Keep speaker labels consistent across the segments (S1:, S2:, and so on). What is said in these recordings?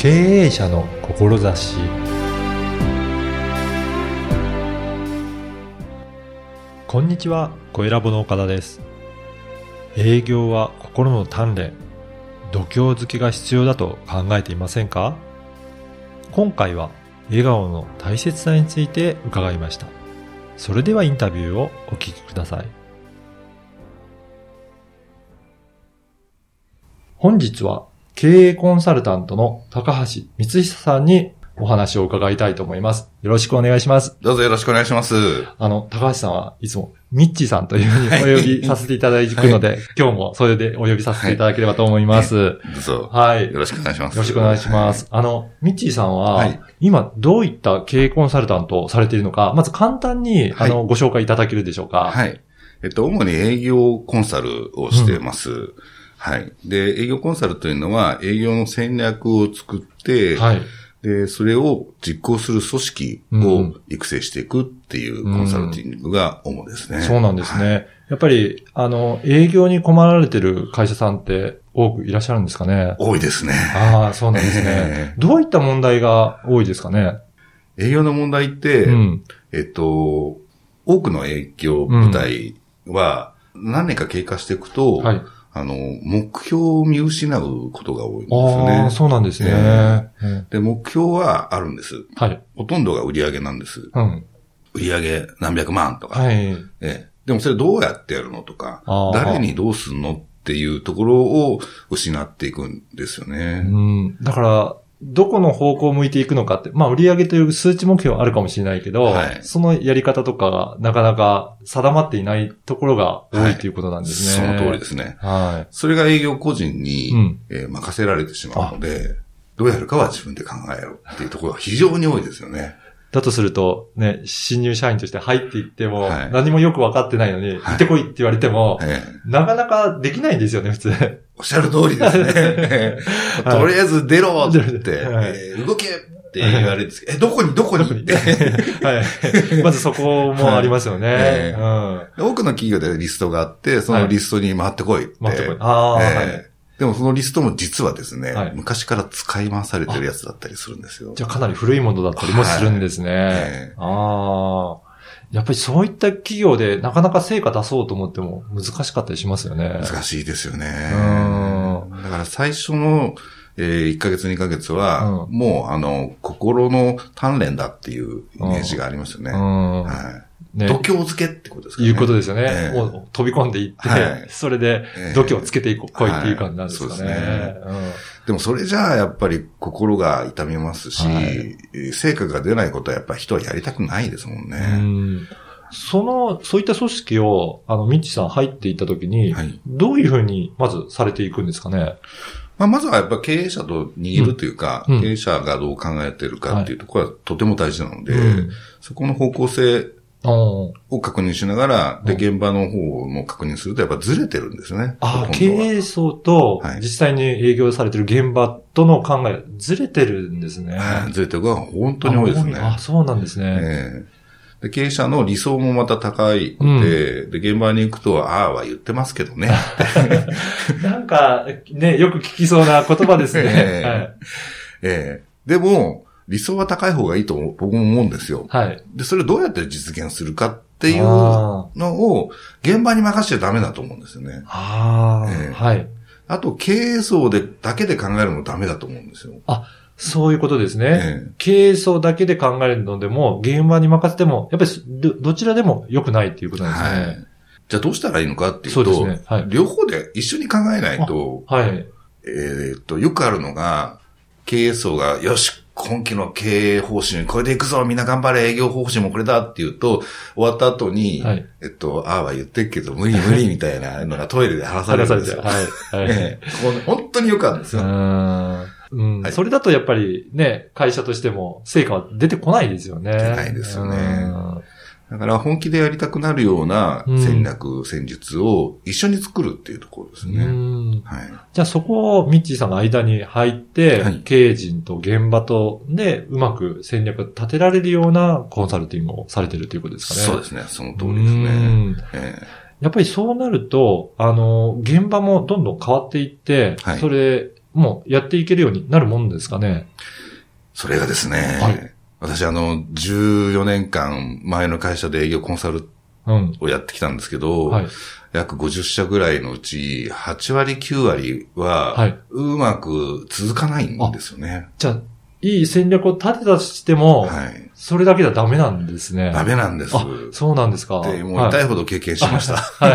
S1: 経営者の志。こんにちは、小ラボの岡田です。営業は心の鍛錬、度胸づけが必要だと考えていませんか？今回は笑顔の大切さについて伺いました。それではインタビューをお聞きください。本日は経営コンサルタントの高橋光久さんにお話を伺いたいと思います。よろしくお願いします。
S2: どうぞよろしくお願いします。
S1: 高橋さんはいつもミッチーさんというふうにお呼びさせていただくので、はい、今日もそれでお呼びさせていただければと思います。
S2: どうぞ。はい。よろしくお願いします。
S1: よろしくお願いします。ミッチーさんは、今どういった経営コンサルタントをされているのか、まず簡単に、ご紹介いただけるでしょうか。
S2: はい。主に営業コンサルをしています。はい。で、営業コンサルというのは営業の戦略を作って、はい。で、それを実行する組織を育成していくっていうコンサルティングが主ですね。
S1: そうなんですね。はい、やっぱり、営業に困られてる会社さんって多くいらっしゃるんですかね？
S2: 多いですね。
S1: ああ、そうなんですね。どういった問題が多いですかね？
S2: 営業の問題って、多くの営業部隊は何年か経過していくと、はい、目標を見失うことが多いんですよね。
S1: ああ、そうなんですね、
S2: で、目標はあるんです。はい。ほとんどが売上なんです。うん。売上何百万とか。はい。でもそれどうやってやるのとか、誰にどうすんのっていうところを失っていくんですよね。
S1: うん。だから、どこの方向を向いていくのかって、まあ売上という数値目標はあるかもしれないけど、はい、そのやり方とかがなかなか定まっていないところが多いということなんですね。
S2: はい、その通りですね。はい。それが営業個人に、任せられてしまうので、どうやるかは自分で考えろっていうところが非常に多いですよね。
S1: だとすると、ね、新入社員として入っていっても、何もよく分かってないのに、行ってこいって言われても、なかなかできないんですよね、普通。
S2: おっしゃる通りですね。とりあえず出ろって、動けって言われるんですけど、どこにって
S1: はい。まずそこもありますよね。
S2: 多くの企業でリストがあって、そのリストに回ってこいって。回ってこい。でもそのリストも実はですね、昔から使い回されてるやつだったりするんですよ。
S1: じゃあかなり古いものだったりもするんですね。やっぱりそういった企業でなかなか成果出そうと思っても難しかったりしますよね。
S2: 難しいですよね。だから最初の、1ヶ月2ヶ月は、もう心の鍛錬だっていうイメージがありますよね。度胸づけってことですかね。
S1: いうことですよね。もう飛び込んでいって、それで度胸つけてこいっていう感じなんですかね。そうですね。
S2: でもそれじゃあやっぱり心が痛みますし、成果が出ないことはやっぱり人はやりたくないですもんね。
S1: そういった組織を、ミッチさん入っていったときに、どういうふうにまずされていくんですかね？
S2: まずはやっぱ経営者と握るというか、経営者がどう考えているかっていうところはとても大事なので、そこの方向性を確認しながら、で、現場の方も確認するとやっぱずれてるんですね。
S1: 経営層と実際に営業されてる現場との考え、ずれてるんですね。
S2: ずれてるのが本当に多いですね。
S1: そうなんですね。
S2: で、経営者の理想もまた高いで、で、現場に行くと、は言ってますけどね。
S1: なんか、ね、よく聞きそうな言葉ですね。
S2: でも、理想は高い方がいいと僕も思うんですよ。はい。で、それをどうやって実現するかっていうのを、現場に任せちゃダメだと思うんですよね。はい。あと、経営層だけで考えるのもダメだと思うんですよ。
S1: そういうことですね。経営層だけで考えるのでも、現場に任せても、やっぱりどちらでも良くないっていうことなんですね。
S2: じゃあどうしたらいいのかっていうと、両方で一緒に考えないと、よくあるのが、経営層が、よし、今期の経営方針、これで行くぞ、みんな頑張れ、営業方針もこれだっていうと、終わった後に、は言ってるけど、無理みたいなのがトイレで話されるんですよ。本当によくあるんですよ。
S1: それだとやっぱりね、会社としても成果は出てこないですよね。
S2: 出ないですよね。だから本気でやりたくなるような戦略、戦術を一緒に作るっていうところですね。
S1: じゃあそこをミッチーさんの間に入って、経営陣と現場とでうまく戦略を立てられるようなコンサルティングをされてるということですかね。
S2: そうですね。その通りですね。
S1: やっぱりそうなると、現場もどんどん変わっていって、それもうやっていけるようになるもんですかね。
S2: それがですね、私14年間前の会社で営業コンサルをやってきたんですけど、約50社ぐらいのうち8割9割はうまく続かないんですよね。
S1: じゃあ、いい戦略を立てたとしても、それだけではダメなんですね。
S2: ダメなんです。
S1: そうなんですか。
S2: で、もう痛いほど経験しました。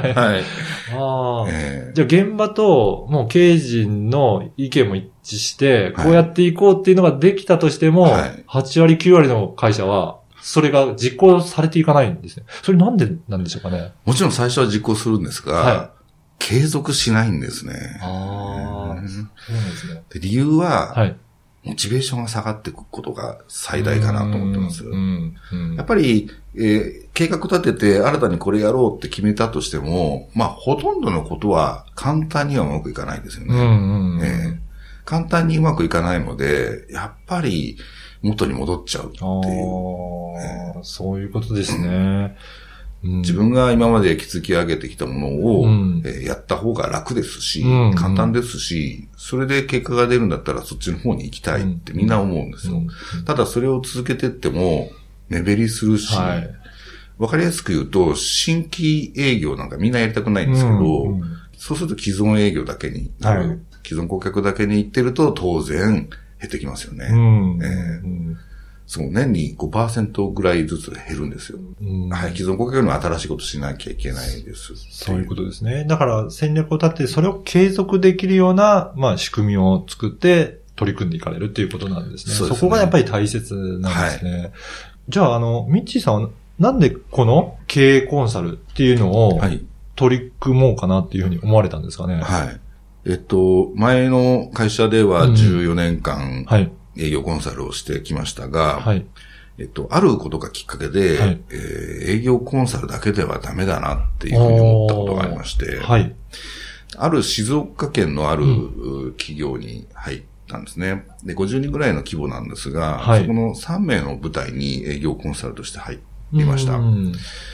S1: じゃあ現場ともう経営陣の意見も一致して、こうやっていこうっていうのができたとしても、8割9割の会社は、それが実行されていかないんですね。それなんでなんでしょうかね。
S2: もちろん最初は実行するんですが、継続しないんですね。
S1: そうなんですね。
S2: で、理由は、モチベーションが下がっていくことが最大かなと思ってます。やっぱり、計画立てて新たにこれやろうって決めたとしても、まあ、ほとんどのことは簡単にはうまくいかないですよね。簡単にうまくいかないので、やっぱり元に戻っちゃうっていう。
S1: そういうことですね。
S2: 自分が今まで築き上げてきたものを、やった方が楽ですし、簡単ですし、それで結果が出るんだったらそっちの方に行きたいってみんな思うんですよ。ただそれを続けてっても目減りするし、わかりやすく言うと新規営業なんかみんなやりたくないんですけど、そうすると既存営業だけになる、既存顧客だけに行ってると当然減ってきますよね。そう年に 5% ぐらいずつ減るんですよ。既存顧客よりも新しいことしなきゃいけないです。
S1: そういうことですね。だから戦略を立ててそれを継続できるような、まあ仕組みを作って取り組んでいかれるっていうことなんですね。そこがやっぱり大切なんですね。じゃあミッチーさんはなんでこの経営コンサルっていうのを取り組もうかなっていうふうに思われたんですかね。
S2: 前の会社では14年間、営業コンサルをしてきましたが、あることがきっかけで、営業コンサルだけではダメだなっていうふうに思ったことがありまして、ある静岡県のある企業に入ったんですね。で、50人ぐらいの規模なんですが、そこの3名の部隊に営業コンサルとして入りました。もう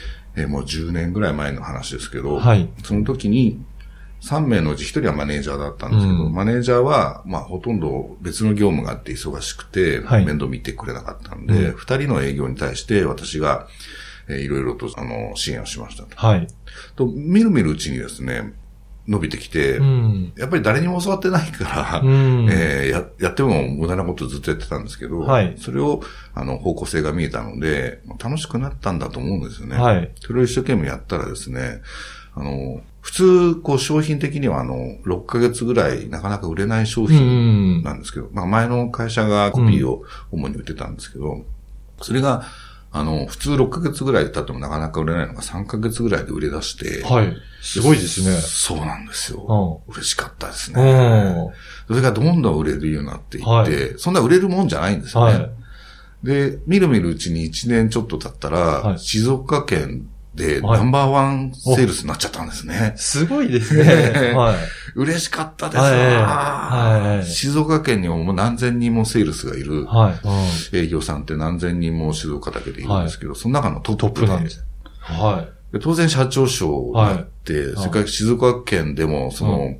S2: 10年ぐらい前の話ですけど、その時に、3名のうち1人はマネージャーだったんですけど、マネージャーは、まあ、ほとんど別の業務があって忙しくて、面倒見てくれなかったんで、2人の営業に対して私が、いろいろと、支援をしましたと。みるみるうちにですね、伸びてきて、やっぱり誰にも教わってないから、やっても無駄なことをずっとやってたんですけど、それを、方向性が見えたので、楽しくなったんだと思うんですよね。それを一生懸命やったらですね、普通、商品的には6ヶ月ぐらいなかなか売れない商品なんですけど、まあ前の会社がコピーを主に売ってたんですけど、それが、普通6ヶ月ぐらい経ってもなかなか売れないのが3ヶ月ぐらいで売れ出して、
S1: すごいですね。
S2: そうなんですよ。嬉しかったですね。それがどんどん売れるようになっていって、そんな売れるもんじゃないんですよね。で、みるみるうちに1年ちょっと経ったら、静岡県で、ナンバーワンセールスになっちゃったんですね。
S1: すごいですね。
S2: 嬉しかったです。静岡県にも何千人もセールスがいる、営業さんって何千人も静岡だけでいるんですけど、その中のトップなんです。当然社長賞があって、それから静岡県でも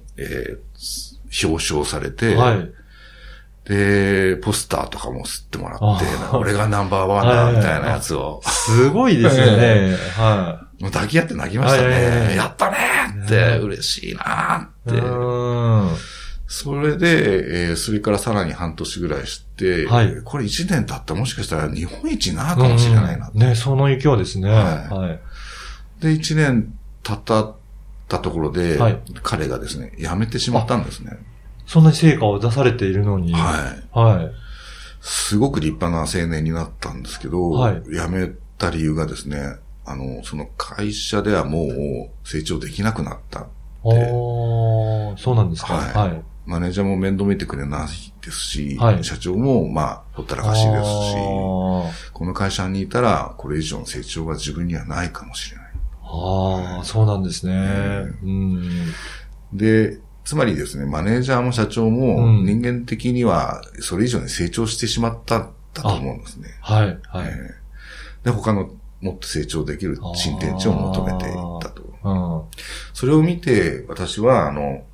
S2: 表彰されて、で、ポスターとかも吸ってもらって、俺がナンバーワンだ、みたいなやつを。
S1: すごいですね。
S2: もう抱き合って泣きましたね。やったねって、嬉しいなって。それで、それからさらに半年ぐらいして、これ1年経ったらもしかしたら日本一になるかもしれないな。
S1: ね、その勢いですね。
S2: で、1年経ったところで、彼がですね、辞めてしまったんですね。
S1: そんなに成果を出されているのに。
S2: すごく立派な青年になったんですけど、辞めた理由がですね、その会社ではもう成長できなくなったって。
S1: そうなんですか。
S2: マネージャーも面倒見てくれないですし、社長もほったらかしですし、この会社にいたらこれ以上の成長は自分にはないかもしれない。
S1: そうなんですね。
S2: で、つまりですね、マネージャーも社長も人間的にはそれ以上に成長してしまったんだと思うんですね。で、他のもっと成長できる新天地を求めていったと。それを見て、私は、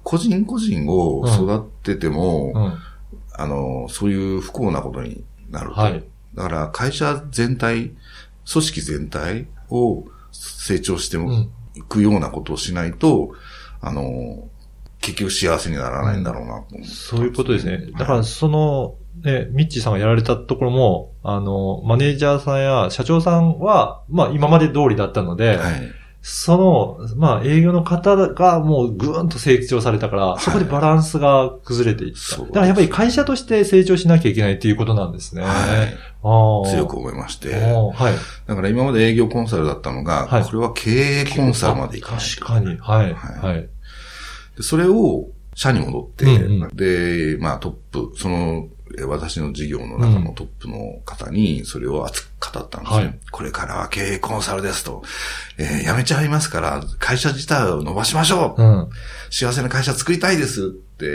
S2: 個人個人を育てても、そういう不幸なことになると。はい、だから会社全体、組織全体を成長していくようなことをしないと、結局幸せにならないんだろうなと思う、
S1: そういうことですね。だからミッチーさんがやられたところも、マネージャーさんや社長さんは、今まで通りだったので、はい、営業の方がもうぐーんと成長されたから、そこでバランスが崩れていった。だからやっぱり会社として成長しなきゃいけないっていうことなんですね。
S2: はい、強く思いまして。はい、だから今まで営業コンサルだったのが、はい、これは経営コンサルまでいかない。
S1: 確かに。はい。はい。
S2: でそれを社に戻って、で、トップ、私の事業の中のトップの方にそれを熱く語ったんですね。はい、これからは経営コンサルですと、辞めちゃいますから会社自体を伸ばしましょう、幸せな会社作りたいですって、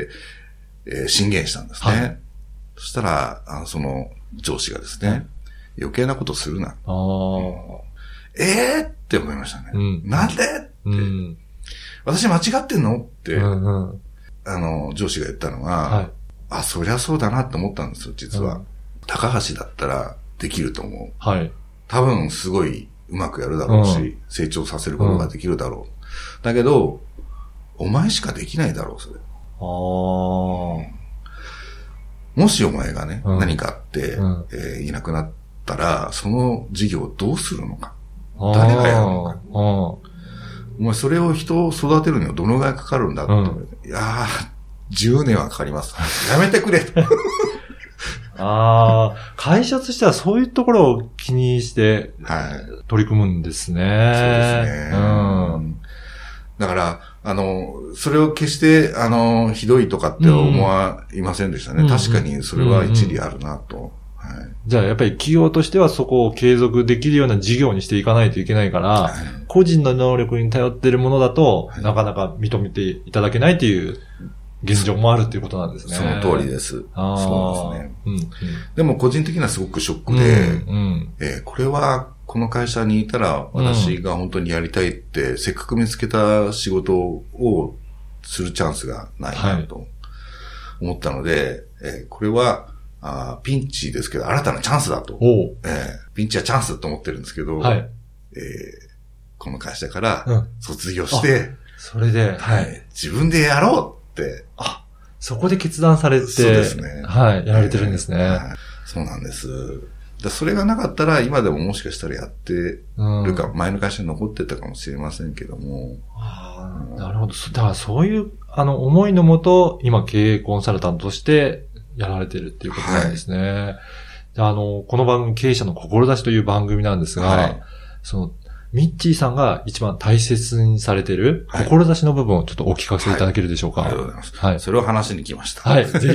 S2: 進言したんですね。はい、そしたらその上司がですね、余計なことするな。って思いましたね。なんでって、私間違ってんのって、上司が言ったのが、そりゃそうだなって思ったんですよ、実は。高橋だったらできると思う。はい。多分すごいうまくやるだろうし、成長させることができるだろう。だけど、お前しかできないだろう、それ。もしお前がね、何かあって、いなくなったら、その事業をどうするのか。誰がやるのか。お前それを人を育てるにはどのぐらいかかるんだって。いや10年はかかります。やめてくれと。
S1: 会社としてはそういうところを気にして取り組むんですね。
S2: そうですね。だから、それを決して、ひどいとかって思いませんでしたね。確かにそれは一理あるなと。
S1: じゃあやっぱり企業としてはそこを継続できるような事業にしていかないといけないから、個人の能力に頼っているものだと、なかなか認めていただけないという現状もあるっていうことなんですね。
S2: その通りです。そうですね。でも個人的にはすごくショックで、これはこの会社にいたら私が本当にやりたいって、せっかく見つけた仕事をするチャンスがないなと思ったので、これはピンチですけど新たなチャンスだと。ピンチはチャンスと思ってるんですけど、この会社から卒業して、
S1: それで、
S2: 自分でやろうって。
S1: そこで決断されて、そうですね。やられてるんですね。
S2: そうなんです。それがなかったら今でももしかしたらやってるか、前の会社に残ってたかもしれませんけども。
S1: なるほど。だからそういう思いのもと、今経営コンサルタントとしてやられてるっていうことなんですね。この番組経営者の志という番組なんですが、ミッチーさんが一番大切にされている志の部分をちょっとお聞かせいただけるでしょうか。
S2: ありがとうございます。それを話しに来ました。ぜひ。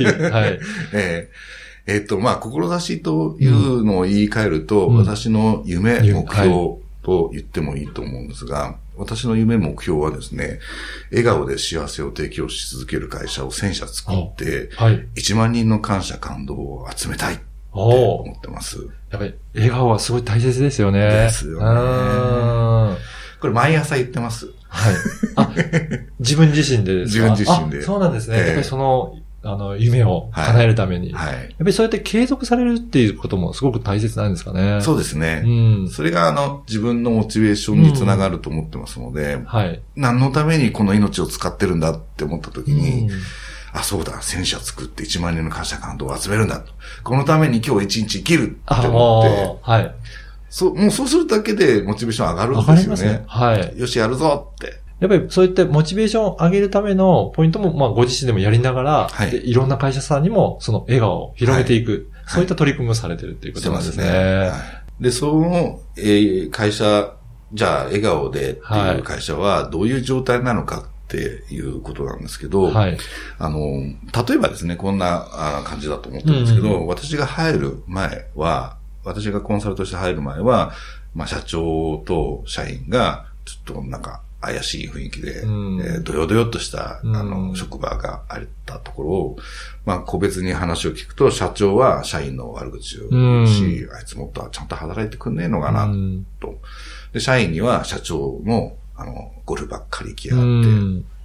S2: 志というのを言い換えると、私の夢、目標と言ってもいいと思うんですが、私の夢、目標はですね、笑顔で幸せを提供し続ける会社を1000社作って、1万人の感謝感動を集めたいって思ってます。
S1: やっぱり笑顔はすごい大切ですよね。
S2: ですよね。これ毎朝言ってます。
S1: 自分自身でですか？
S2: 自分自身で。
S1: そうなんですね。やっぱりその、夢を叶えるために。やっぱりそうやって継続されるっていうこともすごく大切なんですかね。
S2: そうですね。それが自分のモチベーションにつながると思ってますので、何のためにこの命を使ってるんだって思った時に、そうだ、1000社作って1万人の感謝感動を集めるんだと。このために今日一日生きるって思って、もうそうするだけでモチベーション上がるんですよね。よし、やるぞって。
S1: やっぱりそういったモチベーションを上げるためのポイントも、ご自身でもやりながら、いろんな会社さんにもその笑顔を広めていく、そういった取り組みをされてるっていうことなんですね。
S2: で、その、会社、じゃあ笑顔でっていう会社はどういう状態なのかっていうことなんですけど、例えばですね、こんな感じだと思ってるんですけど、私が入る前は、私がコンサルとして入る前は、社長と社員が、ちょっとなんか怪しい雰囲気で、どよどよっとした、職場があったところを、個別に話を聞くと、社長は社員の悪口を言うし、あいつもっとちゃんと働いてくんねえのかな、と。で、社員には社長の、ゴルフばっかり行きやがって、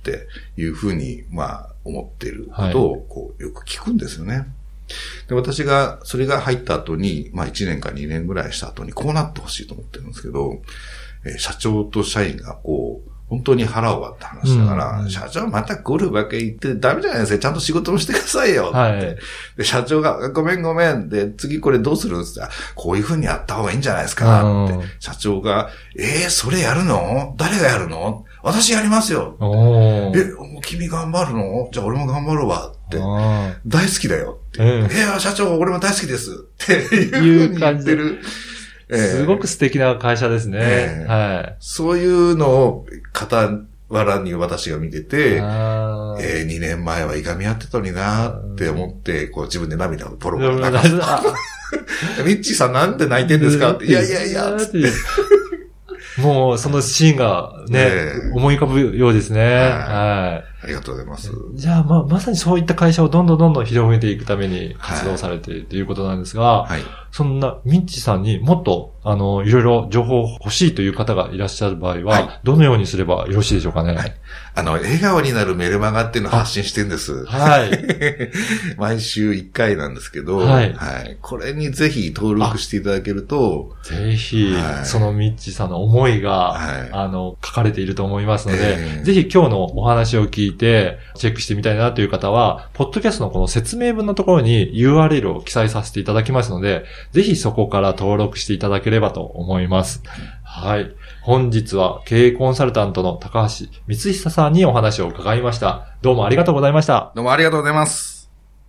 S2: っていうふうに、思っていることを、よく聞くんですよね。で、私が、それが入った後に、1年か2年ぐらいした後にこうなってほしいと思ってるんですけど、社長と社員が本当に腹を割って話だから、社長またゴルフばっかり行ってダメじゃないですか。ちゃんと仕事もしてくださいよって。で、社長が、ごめん。で、次これどうするって言ったら、こういう風にやった方がいいんじゃないですかって。社長が、それやるの？誰がやるの？私やりますよ。君頑張るの？じゃあ俺も頑張るわって。大好きだよって。社長俺も大好きですっていう風に言ってる。
S1: すごく素敵な会社ですね。
S2: そういうのを傍らに私が見てて、2年前はいがみ合ってたのになって思って、自分で涙をポロポロ流す。ミッチーさんなんで泣いてんですかって。いやつって。
S1: もうそのシーンがね、思い浮かぶようですね。
S2: ありがとうございます。
S1: じゃあまさにそういった会社をどんどん広めていくために活動されているということなんですが、そんなミッチさんにもっといろいろ情報欲しいという方がいらっしゃる場合は、どのようにすればよろしいでしょうかね。
S2: 笑顔になるメルマガっていうのを発信してるんです。毎週1回なんですけど、これにぜひ登録していただけると、
S1: ぜひ、そのミッチさんの思いが、書かれていると思いますので、ぜひ今日のお話を聞いて、チェックしてみたいなという方は、ポッドキャストのこの説明文のところに URL を記載させていただきますので、ぜひそこから登録していただければと思います。本日は経営コンサルタントの高橋光久さんにお話を伺いました。どうもありがとうございました。
S2: どうもありがとうございます。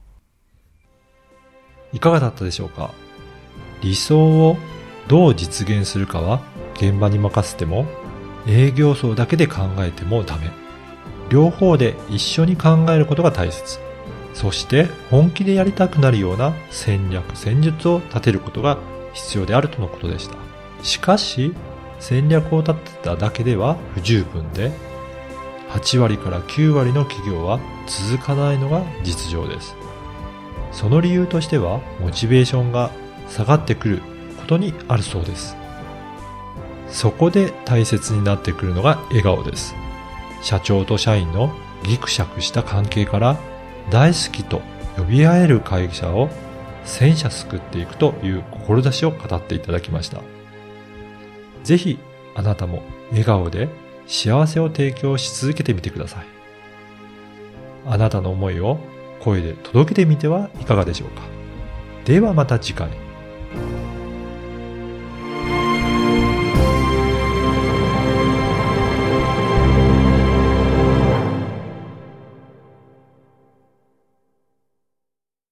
S1: いかがだったでしょうか。理想をどう実現するかは現場に任せても、営業層だけで考えてもダメ。両方で一緒に考えることが大切。そして本気でやりたくなるような戦略戦術を立てることが必要であるとのことでした。しかし戦略を立てただけでは不十分で、8割から9割の企業は続かないのが実情です。その理由としてはモチベーションが下がってくることにあるそうです。そこで大切になってくるのが笑顔です。社長と社員のギクシャクした関係から大好きと呼び合える会社を1000社救っていくという志を語っていただきました。ぜひあなたも笑顔で幸せを提供し続けてみてください。あなたの思いを声で届けてみてはいかがでしょうか。ではまた次回。